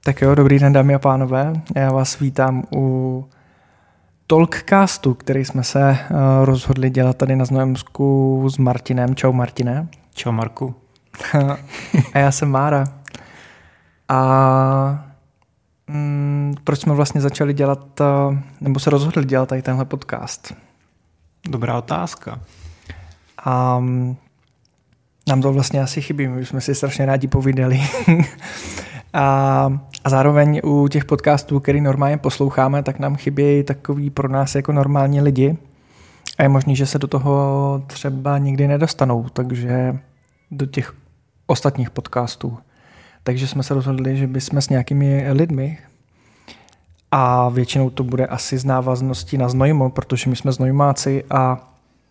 Tak jo, dobrý den, dámy a pánové. Já vás vítám u Talkcastu, který jsme se rozhodli dělat tady na Znojemsku s Martinem. Čau, Martine. Čau, Marku. A já jsem Mára. A proč jsme vlastně začali dělat, nebo se rozhodli dělat tady tenhle podcast? Dobrá otázka. A nám to vlastně asi chybí, my jsme si strašně rádi povídali. A zároveň u těch podcastů, který normálně posloucháme, tak nám chybějí takový pro nás jako normální lidi. A je možný, že se do toho třeba nikdy nedostanou, takže do těch ostatních podcastů. Takže jsme se rozhodli, že bychom s nějakými lidmi, a většinou to bude asi z návaznosti na Znojmo, protože my jsme Znojmáci a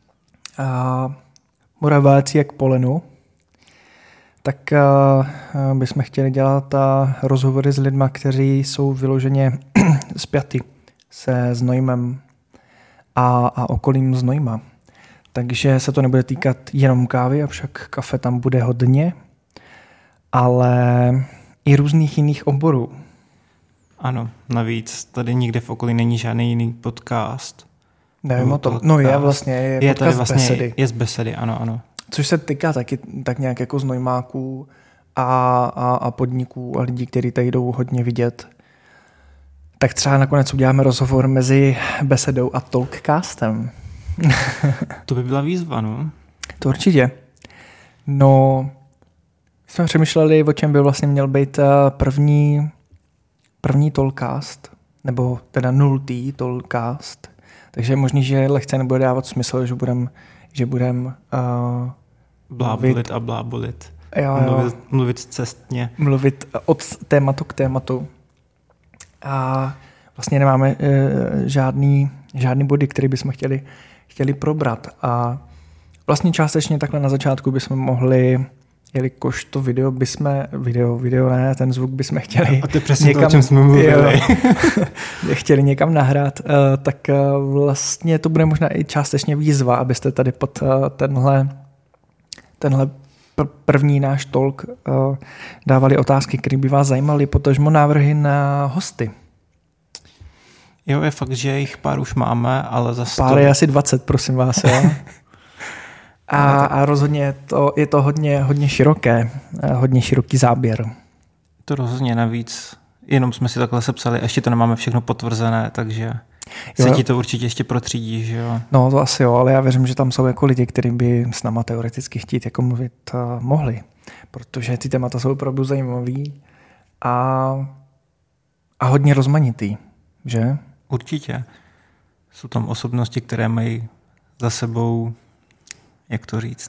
Moraváci jak polenu, tak bychom chtěli dělat rozhovory s lidmi, kteří jsou vyloženě spjati se Znojmem a okolím Znojma. Takže se to nebude týkat jenom kávy, avšak kafe tam bude hodně, ale i různých jiných oborů. Ano, navíc tady nikde v okolí není žádný jiný podcast. Nevím o tom. No je vlastně, je podcast vlastně Besedy. Je z Besedy, ano. Což se týká taky tak nějak jako znojmáků a podniků a lidí, kteří tady jdou hodně vidět. Tak třeba nakonec uděláme rozhovor mezi Besedou a Talkcastem. To by byla výzva, no? To určitě. No, jsme přemýšleli, o čem by vlastně měl být první Talkcast, nebo teda 0. Talkcast. Takže je možný, že lehce nebude dávat smysl, že budem blábolit a blábolit. Jo. Mluvit cestně. Mluvit od tématu k tématu. A vlastně nemáme žádný body, který bychom chtěli probrat. A vlastně částečně takhle na začátku bychom mohli, jelikož to video ne, ten zvuk bychom chtěli a to je přesně někam, to, o čem jsme mluvili. Chtěli někam nahrát, tak vlastně to bude možná i částečně výzva, abyste tady pod tenhle první náš talk dávali otázky, které by vás zajímaly, potažmo návrhy na hosty. Jo, je fakt, že jich pár už máme, ale zase pár je asi 20, prosím vás. Jo? A rozhodně je to hodně široké, hodně široký záběr. To rozhodně navíc. Jenom jsme si takhle sepsali, ještě to nemáme všechno potvrzené, takže se ti to určitě ještě protřídí, že jo? No to asi jo, ale já věřím, že tam jsou jako lidi, kteří by s náma teoreticky chtít jako mluvit mohli, protože ty témata jsou opravdu zajímavý a hodně rozmanitý, že? Určitě. Jsou tam osobnosti, které mají za sebou, jak to říct?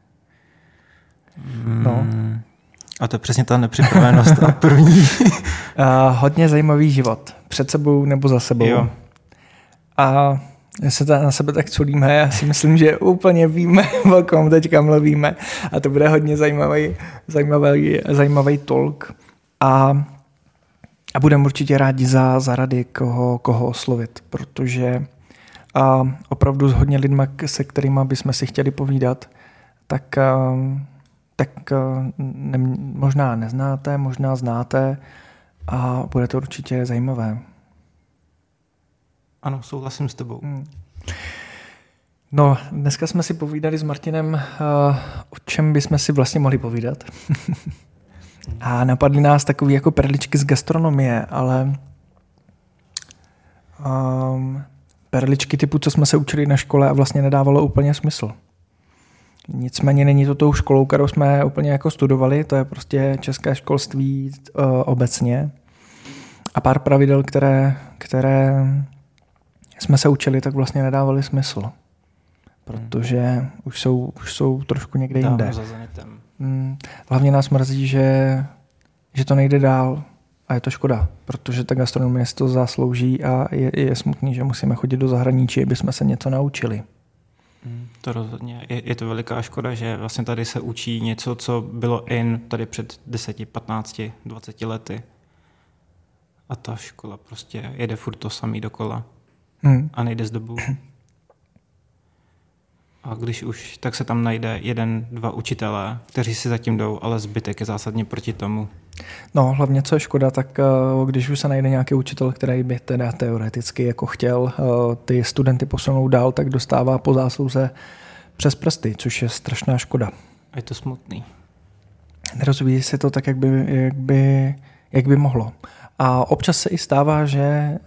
No. A to je přesně ta nepřipravenost a první. Hodně zajímavý život. Před sebou nebo za sebou. Jo. A se na sebe tak culíme, já si myslím, že úplně víme, o kom teďka mluvíme. A to bude hodně zajímavý talk. A budeme určitě rádi za rady, koho oslovit, protože opravdu s hodně lidma, se kterými bychom si chtěli povídat, tak možná neznáte, možná znáte a bude to určitě zajímavé. Ano, souhlasím s tebou. No, dneska jsme si povídali s Martinem, o čem bychom si vlastně mohli povídat. A napadly nás takové jako perličky z gastronomie, ale perličky typu, co jsme se učili na škole a vlastně nedávalo úplně smysl. Nicméně není to tou školou, kterou jsme úplně jako studovali, to je prostě české školství obecně. A pár pravidel, které jsme se učili, tak vlastně nedávaly smysl. Protože už jsou trošku někde jinde. Hlavně nás mrzí, že to nejde dál a je to škoda, protože ta gastronomie si to zaslouží a je smutný, že musíme chodit do zahraničí, aby jsme se něco naučili. To rozhodně. Je to veliká škoda, že vlastně tady se učí něco, co bylo in tady před 10, 15, 20 lety. A ta škola prostě jede furt to samý dokola. A nejde s dobou. A když už, tak se tam najde 1-2 učitelé, kteří si zatím jdou, ale zbytek je zásadně proti tomu. No, hlavně co je škoda, tak když už se najde nějaký učitel, který by teda teoreticky jako chtěl ty studenty posunout dál, tak dostává po zásluze přes prsty, což je strašná škoda. A je to smutný. Nerozvíjí se to tak, jak by mohlo. A občas se i stává, že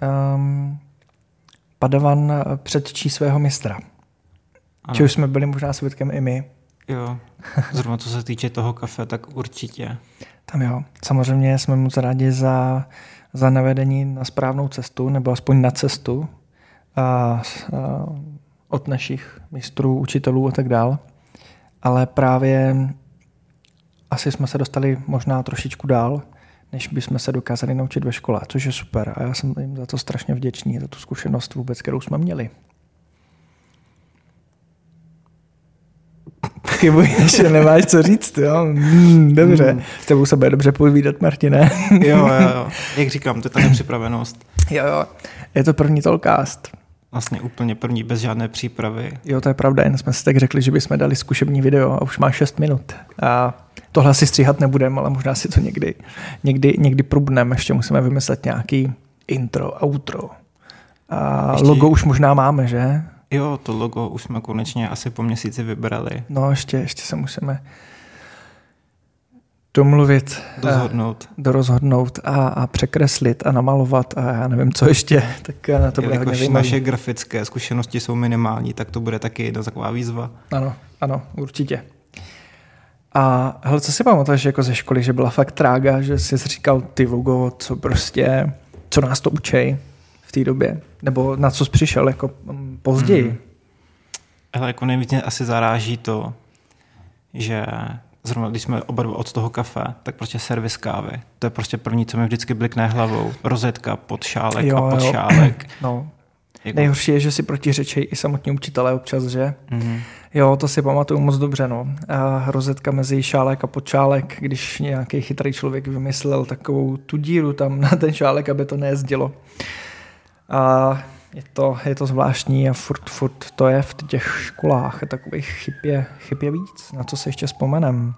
padavan předčí svého mistra. Či už jsme byli možná svědkem i my. Jo, zrovna co se týče toho kafe, tak určitě. Tam jo. Samozřejmě jsme moc rádi za navedení na správnou cestu, nebo aspoň na cestu od našich mistrů, učitelů a tak dál. Ale právě asi jsme se dostali možná trošičku dál, než bychom se dokázali naučit ve škole, což je super. A já jsem jim za to strašně vděčný, za tu zkušenost vůbec, kterou jsme měli. Chybuješ, že nemáš co říct, jo? Dobře. S tebou se bude dobře povídat, Martine. Jo. Jak říkám, to je ta nepřipravenost. Jo. Je to první Tolcast. Vlastně úplně první, bez žádné přípravy. Jo, to je pravda, jen jsme si tak řekli, že bychom dali zkušební video a už má 6 minut. A tohle si stříhat nebudeme, ale možná si to někdy prubneme. Ještě musíme vymyslet nějaký intro, outro. A logo už možná máme, že? Jo, to logo už jsme konečně asi po měsíci vybrali. No, ještě se musíme domluvit, dorozhodnout a překreslit a namalovat a já nevím, co ještě. Tak na to bude hodně zajímavé. Naše grafické zkušenosti jsou minimální, tak to bude taky jedna taková výzva. Ano, určitě. A hele, co si pamatuješ jako ze školy, že byla fakt trága, že jsi říkal ty logo, co nás to učej v té době? Nebo na co jsi přišel jako později? Hele, jako nejvíc mě asi zaráží to, že zrovna když jsme oba dva od toho kafe, tak prostě servis kávy. To je prostě první, co mi vždycky blikne hlavou. Rozetka pod šálek a pod šálek. No. Jako... Nejhorší je, že si protiřečí i samotní učitelé občas, že? Mm-hmm. Jo, to si pamatuju moc dobře, no. A rozetka mezi šálek a podšálek, když nějaký chytrý člověk vymyslel takovou tu díru tam na ten šálek, aby to nejezdilo. A je to zvláštní a furt to je v těch školách. Takových chyb je víc. Na co se ještě vzpomenem?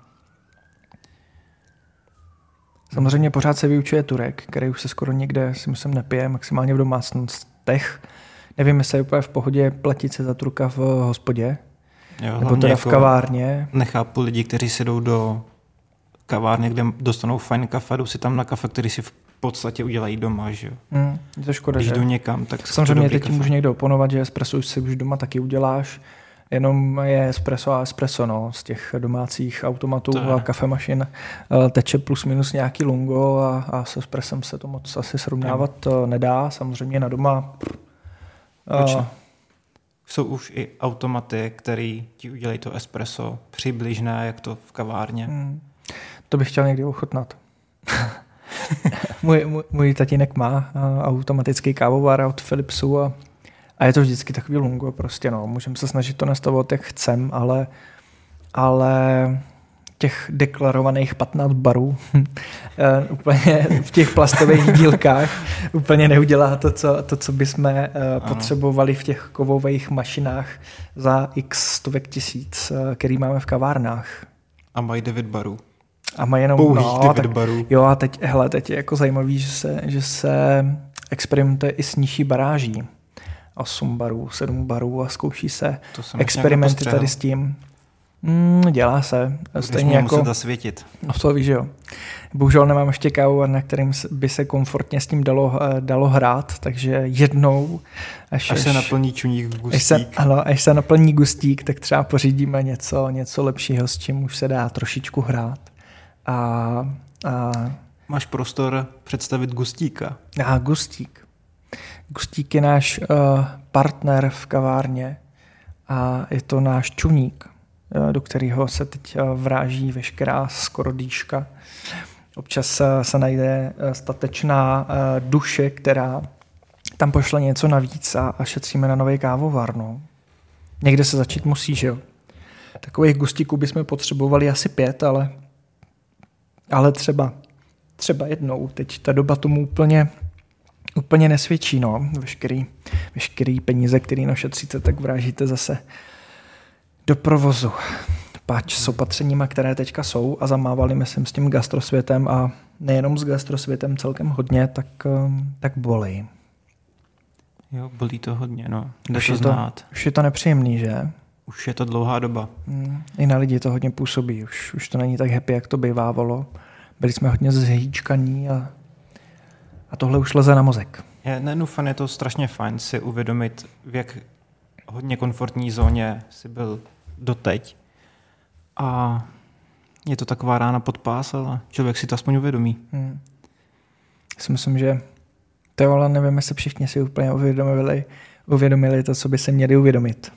Samozřejmě pořád se vyučuje Turek, který už se skoro nikde, si myslím, nepije, maximálně v domácnostech. Nevím, jestli je úplně v pohodě platit se za Turka v hospodě, nebo teda v kavárně. Nechápu lidi, kteří si jdou do kavárny, kde dostanou fajn kafe, jdou si tam na kafe, který si v podstatě udělají doma, že jo. Je to škoda, když že? jdu někam, tak samozřejmě teď může někdo oponovat, že espresso už si už doma taky uděláš, jenom je espresso a espresso, no, z těch domácích automatů a kafemašin teče plus minus nějaký lungo a s espressem se to moc asi srovnávat nedá, samozřejmě na doma. Jsou už i automaty, který ti udělají to espresso přibližné, jak to v kavárně. To bych chtěl někdy ochutnat. můj tatínek má automatický kávovar od Philipsu a je to vždycky takový lungo prostě, no. Můžeme se snažit to nastavovat, jak chcem, ale těch deklarovaných 15 barů úplně v těch plastových dílkách úplně neudělá to, co bychom potřebovali v těch kovových mašinách za x stovek tisíc, který máme v kavárnách. A mají 9 barů. A mají jenom pouhých 9 barů. Jo, a teď je jako zajímavý, že se experimentuje i s nižší baráží. 8 barů, 7 barů a zkouší se experimenty tady s tím. Dělá se. Stejně jako muset zasvětit. No to víš, jo. Bohužel nemám ještě kávu, na kterým by se komfortně s tím dalo hrát, takže jednou, až se naplní čuník gustík. Až se naplní gustík, tak třeba pořídíme něco lepšího, s čím už se dá trošičku hrát. Máš prostor představit gustíka. Gustík. Gustík je náš partner v kavárně a je to náš čuník, do kterého se teď vráží veškerá skoro dýška. Občas se najde statečná duše, která tam pošle něco navíc a šetříme na nový kávovar. No. Někde se začít musí, že jo. Takových gustíků bychom potřebovali asi 5, ale třeba jednou. Teď ta doba tomu úplně nesvědčí. No. Veškerý peníze, který našetříte, tak vrážíte zase do provozu. Pač s opatřeníma, které teďka jsou a zamávali myslím s tím gastrosvětem a nejenom s gastrosvětem celkem hodně, tak bolí. Jo, bolí to hodně, no. Už je to nepříjemný, že? Už je to dlouhá doba. I na lidi to hodně působí. Už to není tak happy, jak to bývávalo. Byli jsme hodně zhýčkaní a tohle už leze na mozek. Na jednu fan je to strašně fajn si uvědomit, v jak hodně komfortní zóně jsi byl doteď. A je to taková rána pod pás, ale člověk si to aspoň uvědomí. Já si myslím, že to ale nevím, jestli všichni si úplně uvědomili to, co by se měli uvědomit.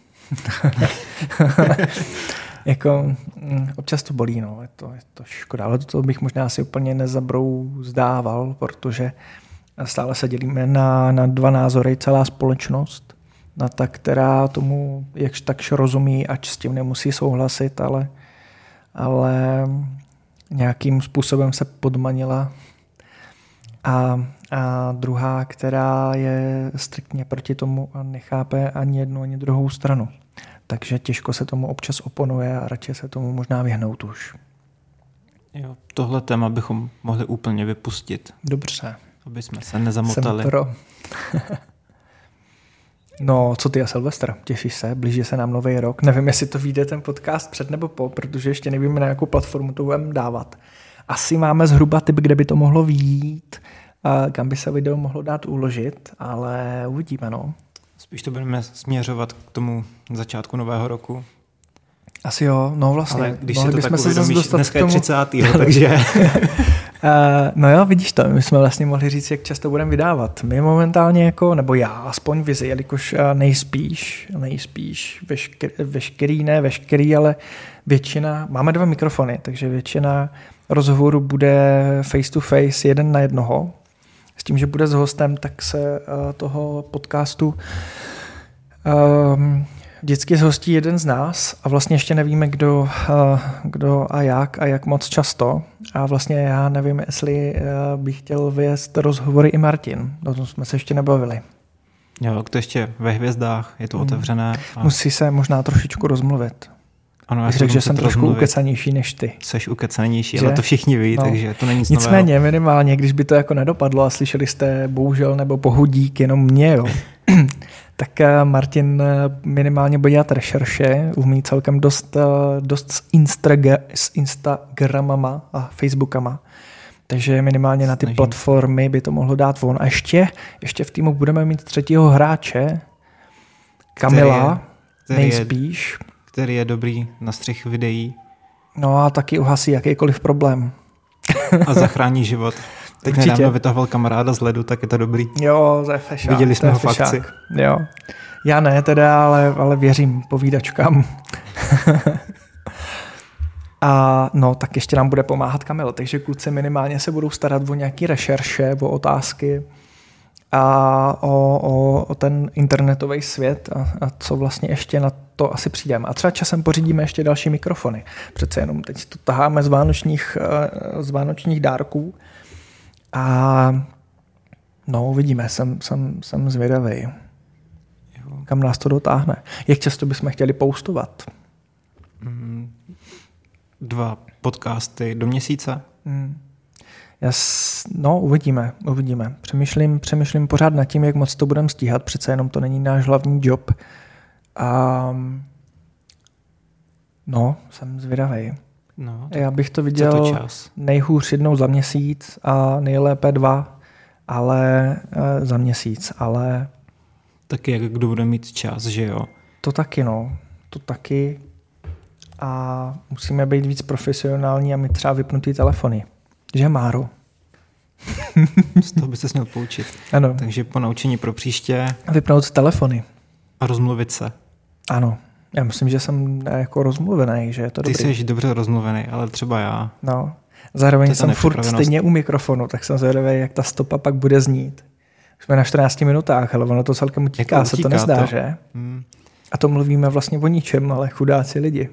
Jako, občas to bolí, no. Je to škoda, ale to bych možná si úplně nezabrouzdával, protože stále se dělíme na dva názory, celá společnost, na ta, která tomu jakž takž rozumí, ač s tím nemusí souhlasit, ale nějakým způsobem se podmanila a druhá, která je striktně proti tomu a nechápe ani jednu, ani druhou stranu. Takže těžko se tomu občas oponuje a radši se tomu možná vyhnout už. Jo, tohle téma bychom mohli úplně vypustit. Dobře. Aby jsme se nezamotali. Jsem pro. No, co ty a Silvestr? Těšíš se? Blíží se nám nový rok. Nevím, jestli to vyjde ten podcast před nebo po, protože ještě nevíme, na jakou platformu to budeme dávat. Asi máme zhruba tip, kde by to mohlo vyjít, kam by se video mohlo dát uložit, ale uvidíme, no. Spíš to budeme směřovat k tomu začátku nového roku. Asi jo, no vlastně. Ale když se to tak uvědomíš, dneska je 30. takže... No jo, vidíš to, my jsme vlastně mohli říct, jak často budeme vydávat. My momentálně jako, nebo já aspoň vizi, jelikož nejspíš, veškerý, ale většina, máme 2 mikrofony, takže většina rozhovoru bude face to face, 1 na 1. S tím, že bude s hostem, tak se toho podcastu vždycky zhostí jeden z nás a vlastně ještě nevíme, kdo a jak moc často. A vlastně já nevím, jestli bych chtěl vést rozhovory i Martin. O tom jsme se ještě nebavili. Jo, to ještě ve hvězdách, je to otevřené. A... Musí se možná trošičku rozmluvit. Ano, já řekl, že jsem trošku ukecanější než ty. Seš ukecanější, ale to všichni ví, takže to není nic nového. Nicméně minimálně, když by to jako nedopadlo a slyšeli jste bohužel nebo pohudík jenom mě, jo, tak Martin minimálně bude dělat rešerše, umí celkem dost s Instagramama a Facebookama, takže minimálně na ty platformy by to mohlo dát on. A ještě v týmu budeme mít 3. hráče, Kamila, nejspíš. Který je dobrý na střih videí. No a taky uhasí jakýkoliv problém. A zachrání život. Teď nedávno vytahoval kamaráda z ledu, tak je to dobrý. Jo, to je fešák. Viděli jsme ho v akci. Jo. Já ne teda, ale věřím povídačkám. A no, tak ještě nám bude pomáhat Kamil, takže kluci minimálně se budou starat o nějaké rešerše, o otázky a o ten internetový svět a co vlastně ještě na to asi přijdeme. A třeba časem pořídíme ještě další mikrofony. Přece jenom teď to taháme z vánočních dárků a no uvidíme, jsem zvědavý, kam nás to dotáhne. Jak často bychom chtěli postovat? 2 podcasty do měsíce. No, uvidíme. Přemýšlím pořád nad tím, jak moc to budeme stíhat. Přece jenom to není náš hlavní job. No, jsem zvědavý. No, já bych to viděl nejhůř 1 za měsíc a nejlépe 2, ale za měsíc, ale... Taky jak kdo bude mít čas, že jo? To taky. A musíme být víc profesionální a mít třeba vypnutý telefony. Že, Máro? Z toho by se měl poučit. Ano. Takže po naučení pro příště... Vypnout telefony. A rozmluvit se. Ano. Já myslím, že jsem jako rozmluvený, že je to dobrý. Ty jsi dobře rozmluvený, ale třeba já. No. Zároveň jsem furt stejně u mikrofonu, tak jsem zvědavý, jak ta stopa pak bude znít. Už jsme na 14 minutách, ale ono to celkem utíká, jako se to nezdá, to? Že? A to mluvíme vlastně o ničem, ale chudáci lidi.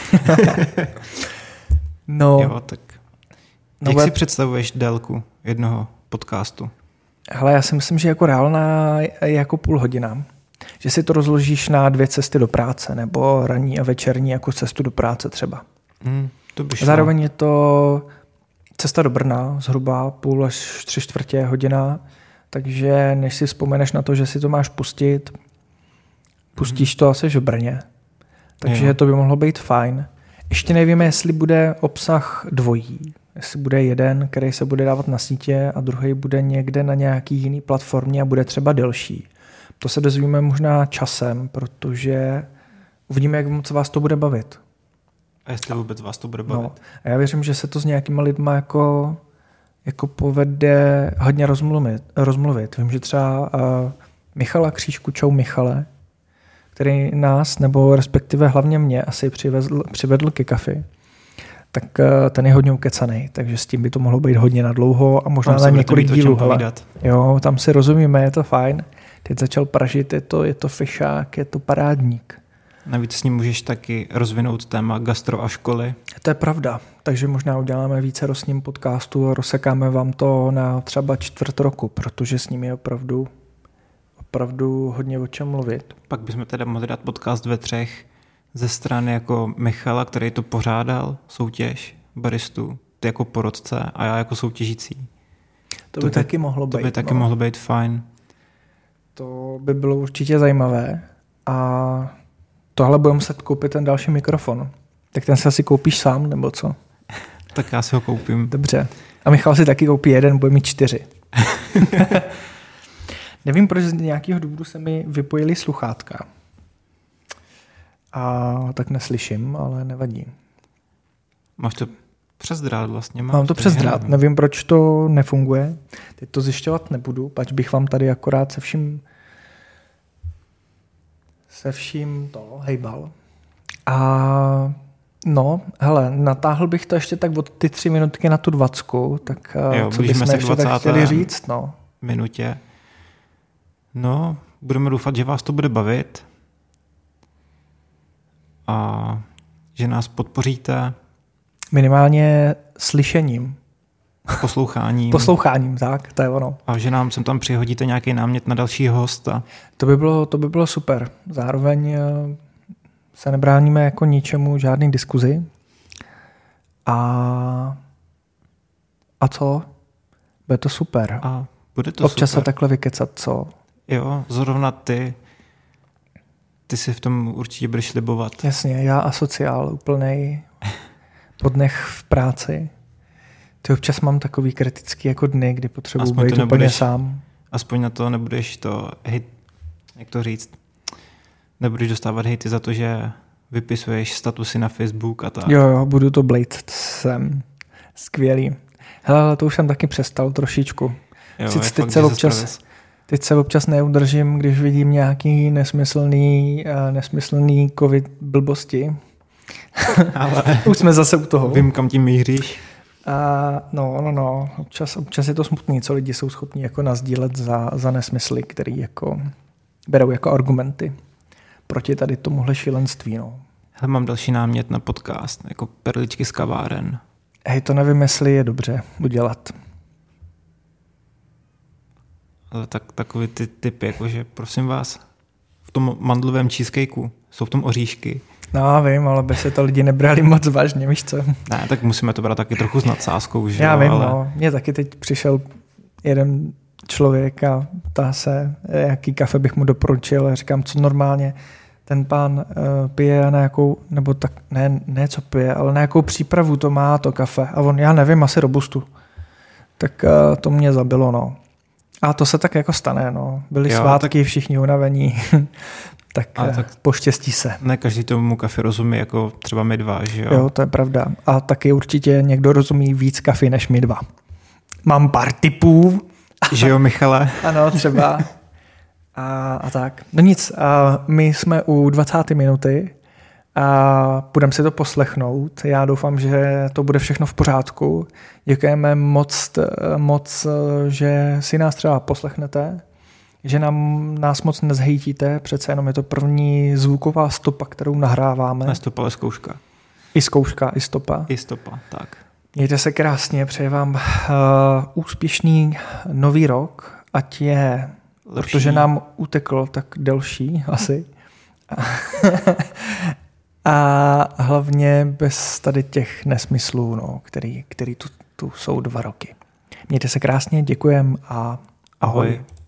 No. Jo, tak. Jak si představuješ délku jednoho podcastu? Hele, já si myslím, že jako reálná je jako půl hodina. Že si to rozložíš na 2 cesty do práce, nebo ranní a večerní jako cestu do práce třeba. To by šlo. Zároveň je to cesta do Brna, zhruba 0,5 až 3/4 hodina, takže než si vzpomeneš na to, že si to máš pustíš to asi v Brně. Takže to by mohlo být fajn. Ještě nevíme, jestli bude obsah dvojí, jestli bude jeden, který se bude dávat na sítě a druhý bude někde na nějaký jiný platformě a bude třeba delší. To se dozvíme možná časem, protože uvidíme, jak moc vás to bude bavit. A jestli vůbec vás to bude bavit. No, a já věřím, že se to s nějakýma lidma jako povede hodně rozmluvit. Vím, že třeba Michala Křížku, čau Michale, který nás, nebo respektive hlavně mě asi přivedl ke kafi, tak ten je hodně ukecanej, takže s tím by to mohlo být hodně nadlouho a možná na několik dílů. Jo, tam si rozumíme, je to fajn. Teď začal pražit, je to fišák, je to parádník. Navíc s ním můžeš taky rozvinout téma gastro a školy. To je pravda, takže možná uděláme více s ním podcastu a rozsekáme vám to na třeba 1/4 roku, protože s ním je opravdu hodně o čem mluvit. Pak bychom teda mohli dát podcast ve 3 ze strany jako Michala, který to pořádal, soutěž baristů, ty jako porodce a já jako soutěžící. To by taky mohlo být. To by taky mohlo být fajn. To by bylo určitě zajímavé a tohle budeme muset koupit ten další mikrofon. Tak ten si asi koupíš sám, nebo co? Tak já si ho koupím. Dobře. A Michal si taky koupí 1, bude mít 4. Nevím, proč z nějakého důvodu se mi vypojily sluchátka. A tak neslyším, ale nevadí. Máš to přes drát vlastně? Mám to přes drát. Nevím, proč to nefunguje. Teď to zjišťovat nebudu, pač bych vám tady akorát se vším to hejbal. A no, hele, natáhl bych to ještě tak od ty 3 minutky na tu 20, tak jo, co bychom ještě tak chtěli říct? No. Minutě. No, budeme doufat, že vás to bude bavit a že nás podpoříte. Minimálně slyšením. Posloucháním, tak, to je ono. A že nám sem tam přihodíte nějaký námět na další hosta. To by bylo super. Zároveň se nebráníme jako ničemu, žádný diskuzi. A co? Bude to super. A bude to občas super. Se takhle vykecat, co? Jo, zrovna ty si v tom určitě budeš libovat. Jasně, já asociál úplnej podnech v práci. Ty občas mám takový kritický jako dny, kdy potřebuji být úplně sám. Aspoň na to nebudeš jak to říct, nebudeš dostávat hejty za to, že vypisuješ statusy na Facebook a tak. Jo, budu to blejt sem. Skvělý. Hele, ale to už jsem taky přestal trošičku. Jo, teď se občas neudržím, když vidím nějaký nesmyslný covid blbosti. Ale už jsme zase u toho. Vím, kam tím míříš. No. Občas je to smutný, co lidi jsou schopni jako nasdílet za nesmysly, který jako berou jako argumenty proti tady tomuhle šílenství. No. Hele, mám další námět na podcast, jako perličky z kaváren. Hej, to nevím, jestli je dobře udělat. Ale takový ty typy, jakože prosím vás, v tom mandlovém cheesecakeu jsou v tom oříšky. No, vím, ale by se to lidi nebrali moc vážně, víš co? Ne, tak musíme to brát taky trochu s nadsázkou, že já jo? Vím, no. Mně taky teď přišel jeden člověk a ptá se, jaký kafe bych mu doporučil. A říkám, co normálně ten pán pije a na jakou, nebo tak, ne co pije, ale na jakou přípravu to má to kafe. A on, já nevím, asi robustu. Tak to mě zabilo, no. A to se tak jako stane, no. Byly svátky, všichni unavení. tak poštěstí se. Ne každý tomu kafe rozumí, jako třeba my dva, že jo? Jo, to je pravda. A taky určitě někdo rozumí víc kafe než my dva. Mám pár tipů. Že jo, Michale? Ano, třeba. A tak. No nic, my jsme u 20. minuty a budeme si to poslechnout. Já doufám, že to bude všechno v pořádku. Děkujeme moc, že si nás třeba poslechnete, že nás moc nezhejtíte, přece jenom je to první zvuková stopa, kterou nahráváme. Ne stopa, ale zkouška. I zkouška, i stopa. I stopa, tak. Mějte se krásně, přeji vám úspěšný nový rok, ať je lepší. Protože nám utekl tak delší asi. A hlavně bez tady těch nesmyslů, no, který tu jsou 2 roky. Mějte se krásně, děkujem a ahoj.